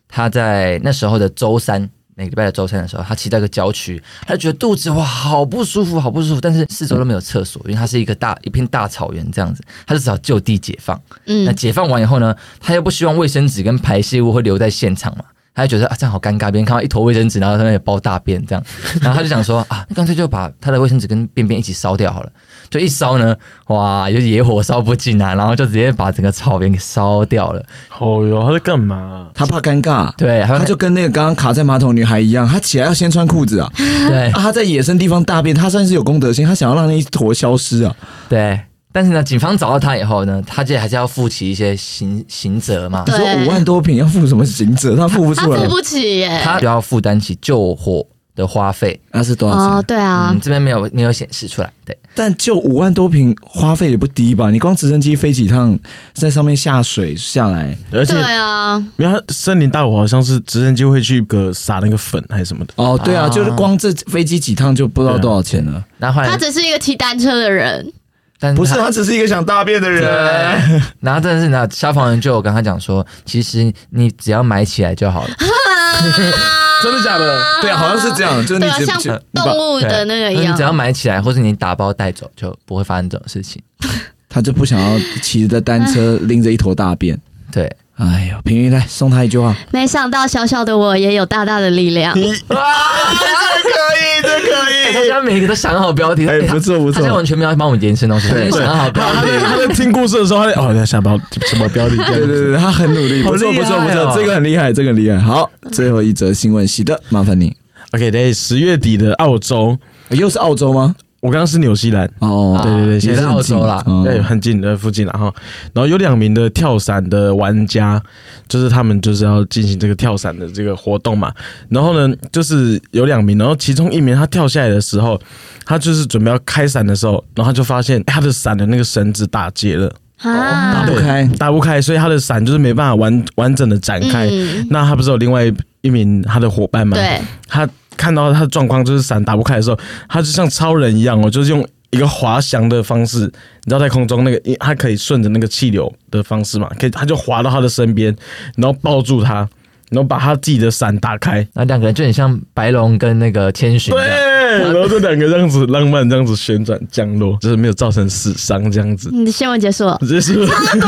他在那时候的周三，每个礼拜的周三的时候，他骑到一个郊区，他就觉得肚子哇好不舒服，好不舒服，但是四周都没有厕所，因为它是一个大一片大草原这样子，他就只好就地解放。嗯，那解放完以后呢，他又不希望卫生纸跟排泄物会留在现场嘛。他就觉得啊，这样好尴尬，别人看到一坨卫生纸，然后他那里包大便这样，然后他就想说啊，干脆就把他的卫生纸跟便便一起烧掉好了。就一烧呢，哇，就野火烧不尽啊，然后就直接把整个草原给烧掉了。 哦哟，他在干嘛？ 他怕尴尬， 对， 他就跟那个刚刚卡在马桶女孩一样，他起来要先穿裤子啊。 对啊，他在野生地方大便，他算是有公德心，他想要让那一坨消失啊。 对。但是呢，警方找到他以后呢，他这还是要负起一些刑刑责嘛。 你说五万多瓶要负什么刑责？他付不出来， 他付不起耶， 他就要负担起救火的花费。 那是多少钱？ 哦，对啊， 嗯，这边没有没有显示出来。对， 但就五万多瓶花费也不低吧？你光直升机飞几趟，在上面下水下来， 而且对啊， 因为他森林大火好像是直升机会去个撒那个粉还是什么的。 哦，对啊，啊就是光这飞机几趟就不知道多少钱了。 然后后来他只是一个骑单车的人。 但不是，他只是一个想大便的人。 然后真的是呢，消防员就有跟他讲说，其实你只要埋起来就好了。 真的假的？ 对啊，好像是这样，就是你只像动物的那个一样， 你只要埋起来，或是你打包带走，就不会发生这种事情。 他就不想要骑着单车拎着一坨大便。 对， 哎呦，平云来送他一句话。 没想到小小的我也有大大的力量。 哇，这可以，这可以。 大家每个都想好标题， 哎，不错不错， 他现在完全没有帮我们延伸东西，对，想好标题。 他在听故事的时候，他在哦，在想标什么标题？ 对对对，他很努力，不错不错不错，这个很厉害，这个很厉害。好，最后一则新闻，喜的，麻烦你。 OK， 对，十月底的澳洲， 又是澳洲吗？ 我刚刚是纽西兰哦， 对对对， 也是澳洲啦， 对，很近的附近啦哈。然后有两名的跳伞的玩家，就是他们就是要进行这个跳伞的这个活动嘛。然后呢，就是有两名，然后其中一名他跳下来的时候，他就是准备要开伞的时候，然后他就发现他的伞的那个绳子打结了。 啊， 打不开， 打不开，所以他的伞就是没办法完完整的展开。嗯、那他不是有另外一名他的伙伴吗？ 对， 他看到他的状况就是伞打不开的时候，他就像超人一样哦，就是用一个滑翔的方式，你知道在空中那个，他可以顺着那个气流的方式嘛，可以，他就滑到他的身边，然后抱住他。然后把他自己的伞打开， 那两个人就很像白龙跟那个千寻， 对，然后这两个这样子浪漫这样子旋转降落，就是没有造成死伤这样子。 你的新闻结束了， 结束了， 超短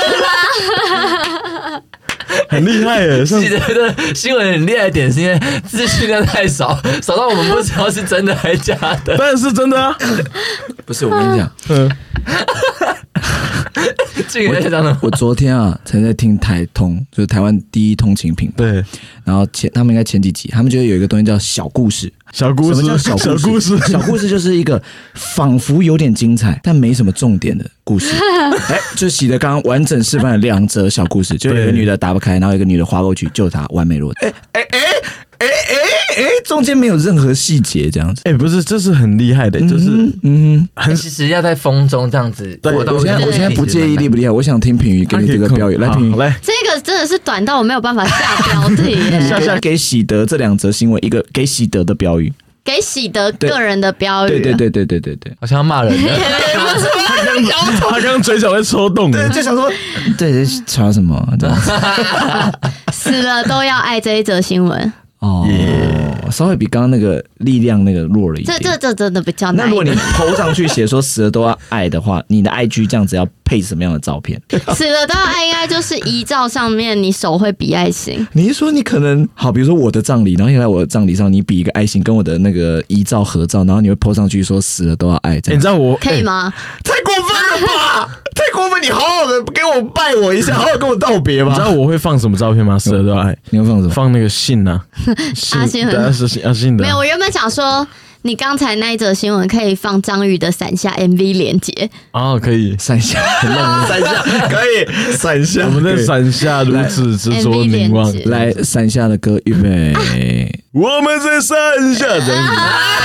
的啦， 很厉害耶！ 记得的新闻很厉害的点是因为资讯量太少，少到我们不知道是真的还是假的。 当然是真的啊！ 不是，我跟你讲，嗯。我, 我昨天啊，才在听台通，就是台湾第一通勤品牌。 对， 然后前他们应该前几集，他们觉得有一个东西叫小故事。 小故事， 什么叫小故事？小故事，小故事就是一个仿佛有点精彩，但没什么重点的故事。哎，就喜德刚刚完整示范了两则小故事，就有一个女的打不开，然后有一个女的滑过去救她，完美落地。哎哎哎哎哎哎，中间没有任何细节，这样子。 哎，不是，这是很厉害的，就是嗯， 很其实要在风中这样子。 对，我现在我现在不介意厉不厉害，我想听品瑜给你这个标语，来品瑜来。 这个真的是短到我没有办法下标题。 下下给喜德这两则新闻，一个给喜德的标语。 给喜德个人的标语， 对对对对对对对， 好像要骂人的。 他刚刚嘴角在抽动， 对，就想说，对，吵什么？ 死了都要爱这一则新闻哦，稍微比刚刚那个力量那个弱了一点。 这这这真的比较难。 那如果你 po 上去写说死了都要爱的话，你的 I G 这样子要配什么样的照片？ 死了都要爱，应该就是遗照上面你手会比爱心。 你是说你可能好，比如说我的葬礼，然后现在我的葬礼上你比一个爱心，跟我的那个遗照合照，然后你会 po 上去说死了都要爱，这样、 欸、你知道我可以吗？ 欸、太过分了吧！太过分！你好好的给我拜我一下，好好跟我道别吧。 你知道我会放什么照片吗？死了都要爱， 你会放什么？ 放那个信啊， 阿信很阿信阿信的。 没有，我原本想说。你刚才那一则新闻可以放张宇的伞下 M V 连结哦，可以伞下，伞下可以伞下， 我们在伞下如此执着凝望。 来，伞下的歌预备， 我们在伞下等你。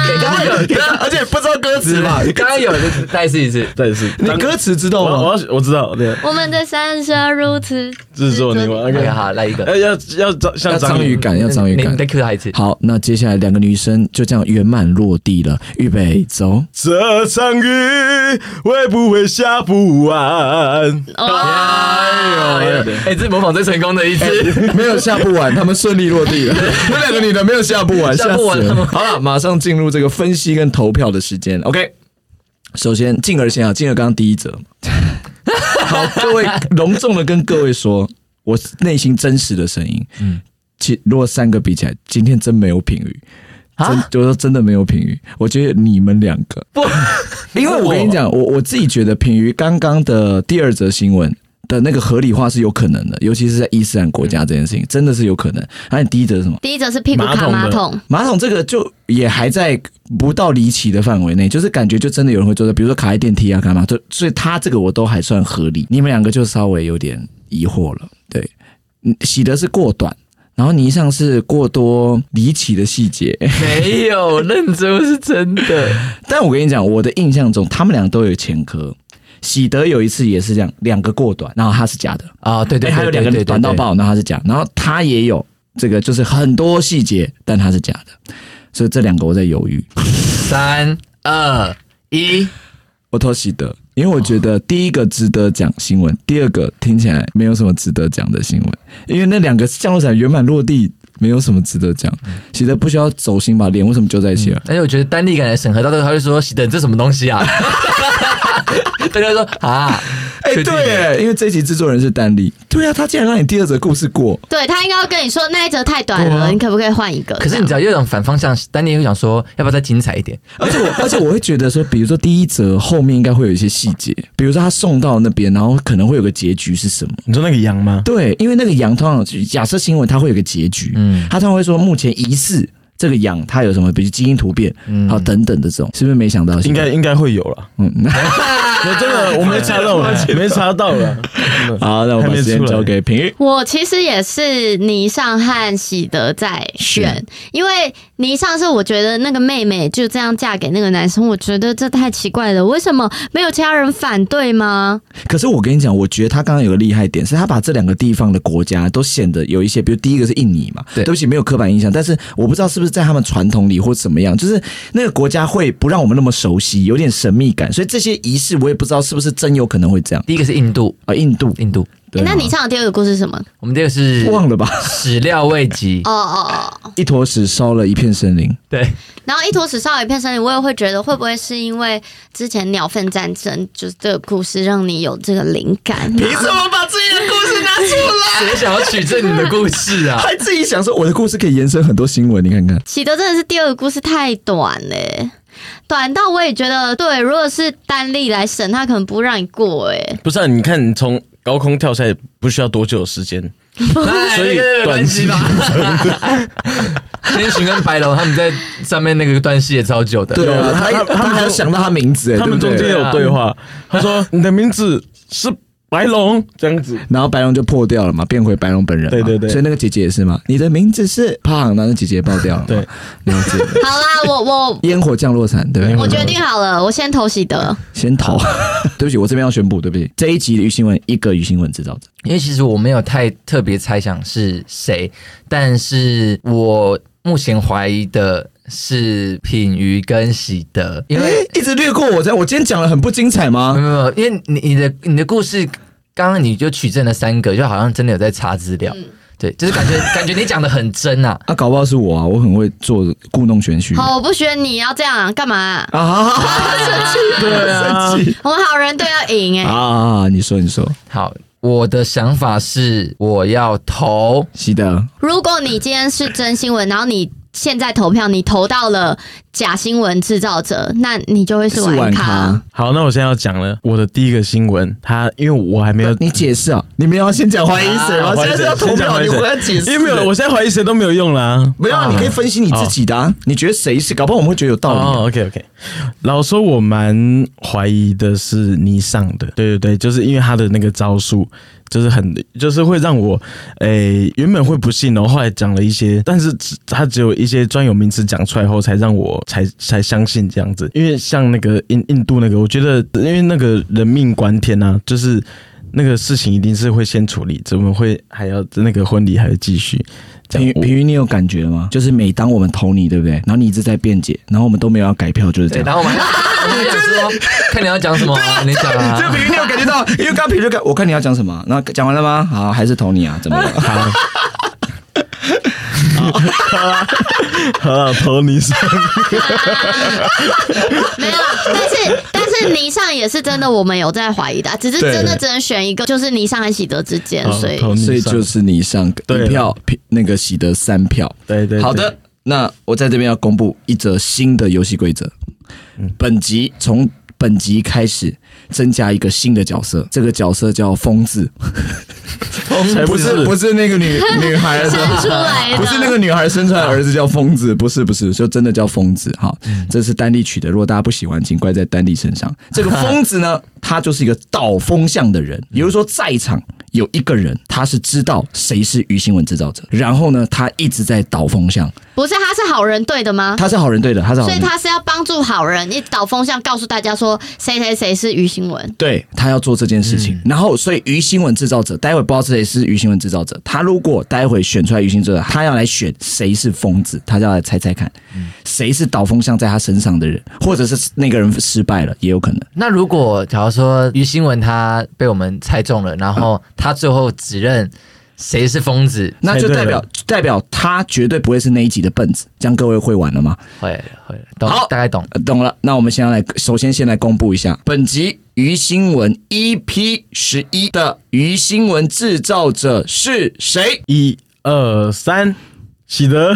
你刚刚有，而且不知道歌词嘛？ 你刚刚有，再一次一次， 再一次。 你歌词知道吗？ 我我知道，对。 我们的山下如此制作你们 OK 好，来一个， 要要像章鱼感，要章鱼感。 再 Q 他一次。 好，那接下来两个女生就这样圆满落地了，预备走。 这场雨会不会下不完？ 哎呦，哎，这模仿最成功的一次， 没有下不完，他们顺利落地了。那两个女的没有下不完， 下不完。 好了，马上进入这个分析跟投票的时间。OK， 首先静儿先啊，静儿刚刚第一则。好，各位隆重的跟各位说，我内心真实的声音。嗯，其如果三个比起来，今天真没有品语。真就说真的没有品语，我觉得你们两个不，因为我跟你讲，我我自己觉得品语刚刚的第二则新闻的那个合理化是有可能的，尤其是在伊斯兰国家这件事情真的是有可能。那你第一则是什么？ 第一则是屁股卡马桶， 马桶这个就也还在不到离奇的范围内，就是感觉就真的有人会做的，比如说卡在电梯啊干嘛，就所以他这个我都还算合理。你们两个就稍微有点疑惑了，对，洗的是过短。然后泥上是过多离奇的细节， 没有认真是真的。 但我跟你讲，我的印象中他们俩都有前科。喜德有一次也是这样，两个过短，然后他是假的啊、哦，对 对, 对, 对, 对, 对， 还有两个短到爆，然后他是假，然后他也有这个就是很多细节，但他是假的，所以这两个我在犹豫。 三二一， 我投喜德。因为我觉得第一个值得讲新闻，第二个听起来没有什么值得讲的新闻，因为那两个降落伞圆满落地，没有什么值得讲。喜德不需要走心吧？脸为什么揪在一起了？ 而且我觉得单立感的审核到最后，他就说喜德这什么东西啊？大家说啊， 哎、欸，对耶，因为这一集制作人是丹立，对啊，他竟然让你第二则故事过， 对他应该要跟你说那一则太短了，啊、你可不可以换一个？ 可是你知道，有种反方向，丹立会想说，要不要再精彩一点？ 而且我，而且我会觉得说，比如说第一则后面应该会有一些细节，比如说他送到那边，然后可能会有个结局是什么？ 你说那个羊吗？ 对，因为那个羊通常假设新闻它会有个结局，嗯，他通常会说目前疑似。这个羊它有什么，比如基因突变，嗯，好等等的这种，是不是没想到？ 应该应该会有了，嗯，真的我没查到，没查到了。 好，那我把时间交给平玉。 我其实也是倪尚和喜德在选，因为倪尚是我觉得那个妹妹就这样嫁给那个男生，我觉得这太奇怪了，为什么没有其他人反对吗？ 可是我跟你讲，我觉得他刚刚有个厉害点，是他把这两个地方的国家都显得有一些，比如第一个是印尼嘛，对，对不起，没有刻板印象，但是我不知道是不是。在他们传统里或怎么样，就是那个国家会不让我们那么熟悉，有点神秘感，所以这些仪式我也不知道是不是真有可能会这样。 第一个是印度啊，印度， 印度。 欸、那你唱的第二个故事是什么？ 我们这个是忘了吧？ 始料未及。 哦哦哦， 一坨屎烧了一片森林。 对， 然后一坨屎烧了一片森林，我也会觉得会不会是因为之前鸟粪战争，就是这个故事让你有这个灵感？ 凭什么把自己的故事拿出来？ 谁想要取证你的故事啊？ 还自己想说我的故事可以延伸很多新闻，你看看。 喜德真的是第二个故事太短了、欸。短到我也觉得，对，如果是单立来审，他可能不让你过、欸，哎， 不是、啊，你看你从高空跳下来不需要多久的时间，所以短期吧。 千寻跟白龙他们在上面那个断戏也超久的， 对啊，他他们还有想到他名字， 他们中间有对话，他说你的名字是。白龙这样子， 然后白龙就破掉了嘛，变回白龙本人嘛。 对对对， 所以那个姐姐也是嘛，你的名字是胖，然后那姐姐爆掉了。 对， 了解。 好啦，我我烟火降落伞，对不对？ 我决定好了，我先投喜德。 先投，对不起，我这边要宣布，对不起，这一集的鱼新闻一个鱼新闻制造者， 因为其实我没有太特别猜想是谁，但是我目前怀疑的。是品瑜跟喜德，因为、 欸、一直略过我，在我今天讲的很不精彩吗？ 没有没有，因为你你的你的故事，刚刚你就取证了三个，就好像真的有在查资料，嗯、对，就是感觉感觉你讲的很真啊。 啊，搞不好是我啊，我很会做故弄玄虚。 好，我不学你要这样干嘛啊？ 啊，生气，对啊，生气。 我们好人队要赢哎、欸！ 啊，你说你说， 好。我的想法是，我要投喜德。 如果你今天是真新闻，然后你现在投票，你投到了假新闻制造者，那你就会是玩咖。 好，那我现在要讲了，我的第一个新闻，它因为我还没有， 你解释啊，你们要先讲怀疑谁吗？现在是要投票，你回来解释。 因为没有，我现在怀疑谁都没有用啦。 没有，啊、你可以分析你自己的、啊，你觉得谁是？搞不好我们会觉得有道理、啊。 哦 ，OK OK。老实说，我蛮怀疑的是倪尚的，对对对，就是因为他的那个招数。就是很，就是会让我，诶、欸，原本会不信，然后后来讲了一些，但是他只有一些专有名词讲出来后，才让我才才相信这样子。因为像那个印印度那个，我觉得因为那个人命关天啊，就是那个事情一定是会先处理，怎么会还要那个婚礼还会继续？ 平平瑜，你有感觉吗？就是每当我们投你，对不对？然后你一直在辩解，然后我们都没有要改票，就是这样。 然后我们我们想说，看你要讲什么、啊，你讲啊。 就平瑜，你有感觉到？因为刚刚平瑜，我看你要讲什么，那讲完了吗？好，还是投你啊？怎么了？好。 好啊，好啊，投你上。 没有，但是但是倪尚也是真的，我们有在怀疑的，只是真的只能选一个，就是倪尚和喜德之间，所以所以就是倪尚一票，那个喜德三票。 对 对, 对。 好的，那我在这边要公布一则新的游戏规则。嗯、本集从本集开始增加一个新的角色，这个角色叫疯子。不是不是那个女女孩生出来的， 不是那个女孩生出来的儿子叫疯子，不是不是，就真的叫疯子。好，这是丹立取的，如果大家不喜欢，请怪在丹立身上。这个疯子呢，他就是一个导风向的人，也就是说，在场有一个人，他是知道谁是于新闻制造者，然后呢，他一直在导风向。 不是，他是好人队的吗？ 他是好人队的，他是好人队的， 所以他是要帮助好人，一导风向，告诉大家说谁谁谁是于新闻。 对，他要做这件事情，嗯、然后所以于新闻制造者，待会不知道谁是于新闻制造者，他如果待会选出来于新闻制造者，他要来选谁是疯子，他就要来猜猜看，嗯、谁是导风向在他身上的人，或者是那个人失败了，也有可能。 那如果假如说于新闻他被我们猜中了，然后他最后指认谁是疯子， 那就代表代表他绝对不会是那一集的笨子，这样各位会玩了吗？ 会会，懂，好，大概懂、 呃、懂了。那我们先来，首先先来公布一下本集于新闻 E P 十一的于新闻制造者是谁？ 一二三，喜德。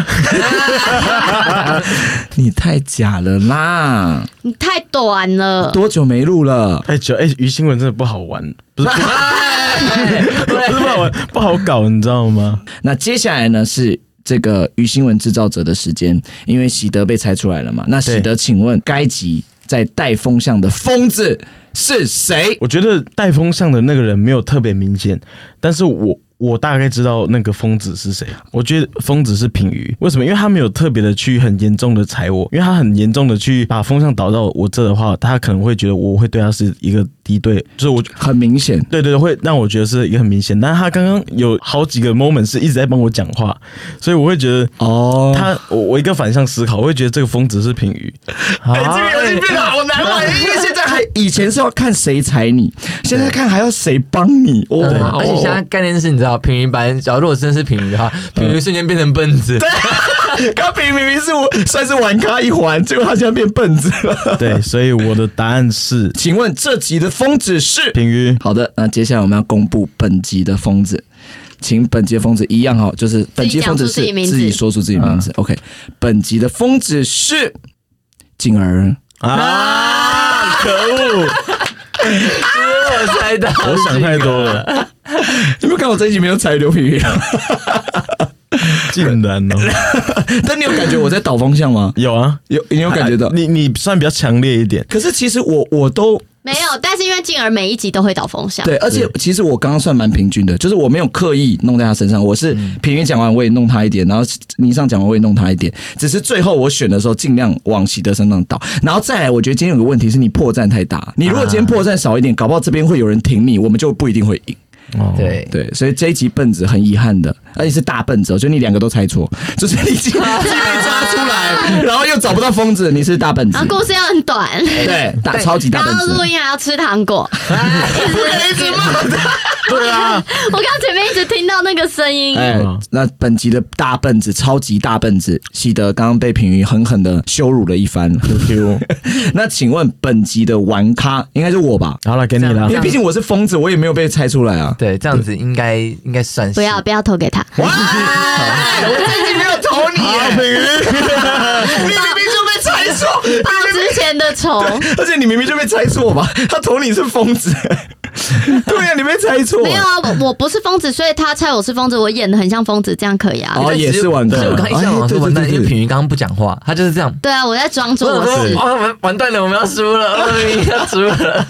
你太假了啦！ 你太短了， 多久没录了？ 太久。哎、欸，于新闻真的不好玩，不是。不是不好玩，不好搞，你知道吗？ 那接下来呢是这个于新闻制造者的时间，因为喜德被猜出来了嘛。那喜德，请问该集在带风向的疯子是谁？ 我觉得带风向的那个人没有特别明显，但是我。我大概知道那个疯子是谁，我觉得疯子是品瑜。为什么？因为他没有特别的去很严重的踩我，因为他很严重的去把风向导到我这的话，他可能会觉得我会对他是一个敌对，就是我很明显， 对对对，会让我觉得是一个很明显。但是他刚刚有好几个 moment 是一直在帮我讲话，所以我会觉得哦，他我我一个反向思考，我会觉得这个疯子是品瑜。 哎、欸，这个游戏变得好难玩，因为现在还以前是要看谁踩你，现在看还要谁帮你。哦， 而且现在概念是你知道。品瑜版，假如如果真的是品瑜的话，品瑜瞬间变成笨子。 对，刚品瑜明明是我算是玩咖一环，结果他现在变笨子了。 对，所以我的答案是， 请问这集的疯子是品瑜。 好的，那接下来我们要公布本集的疯子，请本集的疯子一样哈，就是本集疯子是自己说出自己名字。嗯、OK， 本集的疯子是静儿啊！可恶！ 我猜到， 我想太多了。 你们看我这一集没有踩刘品瑜啊？ 竟然哦！ 但你有感觉我在导风向吗？ 有啊， 有，你有感觉到？ 你你算比较强烈一点。 可是其实我我都没有，但是因为静儿每一集都会导风向， 对，而且其实我刚刚算蛮平均的，就是我没有刻意弄在他身上，我是品瑜讲完我也弄他一点，然后倪尚讲完我也弄他一点，只是最后我选的时候尽量往喜德身上倒，然后再来，我觉得今天有个问题是你破绽太大，你如果今天破绽少一点，搞不好这边会有人挺你，我们就不一定会赢。 哦、对对，所以这一集笨子很遗憾的，而且是大笨子，就你两个都猜错，就是你既既被抓出来，然后又找不到疯子，你是大笨子。 然后故事又很短， 对，大超级大笨子。 然后录音还要吃糖果， 不可以一直骂的。 对啊， 我刚前面一直听到那个声音。 哎，那本集的大笨子，超级大笨子，喜德刚刚被品瑜狠狠的羞辱了一番。那请问本集的玩咖应该是我吧？ 好了，给你了， 因为毕竟我是疯子，我也没有被猜出来啊。 对，这样子应该应该算是。 不要不要投给他。 哇！我自己没有投你耶，品瑜，你明明就被猜错， 报之前的仇。 而且你明明就被猜错吧？他投你是疯子。对啊，你被猜错。 没有啊，我我不是疯子，所以他猜我是疯子，我演的很像疯子，这样可以啊。 哦，也是玩的。 所以我刚一想，我说完蛋，因为品瑜刚刚不讲话，他就是这样。 对啊，我在装作我是。 完完蛋了，我们要输了，要输了。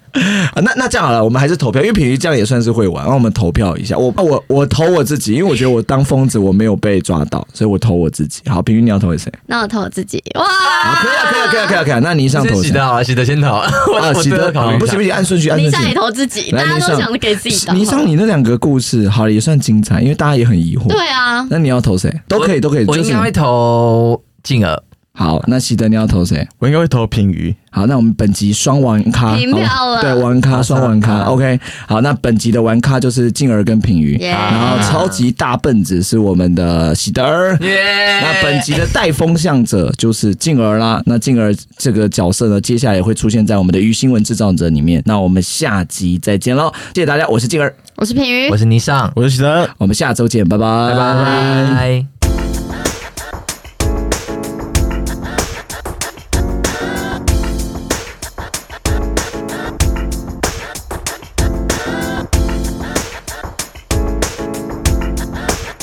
那那这样好了，我们还是投票，因为品瑜这样也算是会玩，让我们投票一下。我我我投我自己，因为我觉得我当疯子我没有被抓到，所以我投我自己。好，品瑜你要投给谁？ 那我投我自己。哇， 好，可以啊，可以啊，可以啊，可以啊，可以啊。那你上投谁？ 喜德好了，喜德先投。啊， 喜德考虑不行不行，按顺序，按顺序。 你上也投自己，大家都想着给自己投。 你上你那两个故事，好了也算精彩，因为大家也很疑惑。 对啊， 那你要投谁？都可以，都可以。 我应该会投静儿。 好，那喜德你要投谁？ 我应该会投品瑜。 好，那我们本集双玩咖， 平票了， 对，玩咖双玩咖 ，OK。好，那本集的玩咖就是静儿跟品瑜， yeah. 然后超级大笨子是我们的喜德儿， yeah. 那本集的带风向者就是静儿啦。那静儿这个角色呢，接下来也会出现在我们的鱼新闻制造者里面。那我们下集再见喽，谢谢大家，我是静儿， 我是品瑜， 我是倪尚， 我是喜德， 我们下周见，拜拜， 拜拜。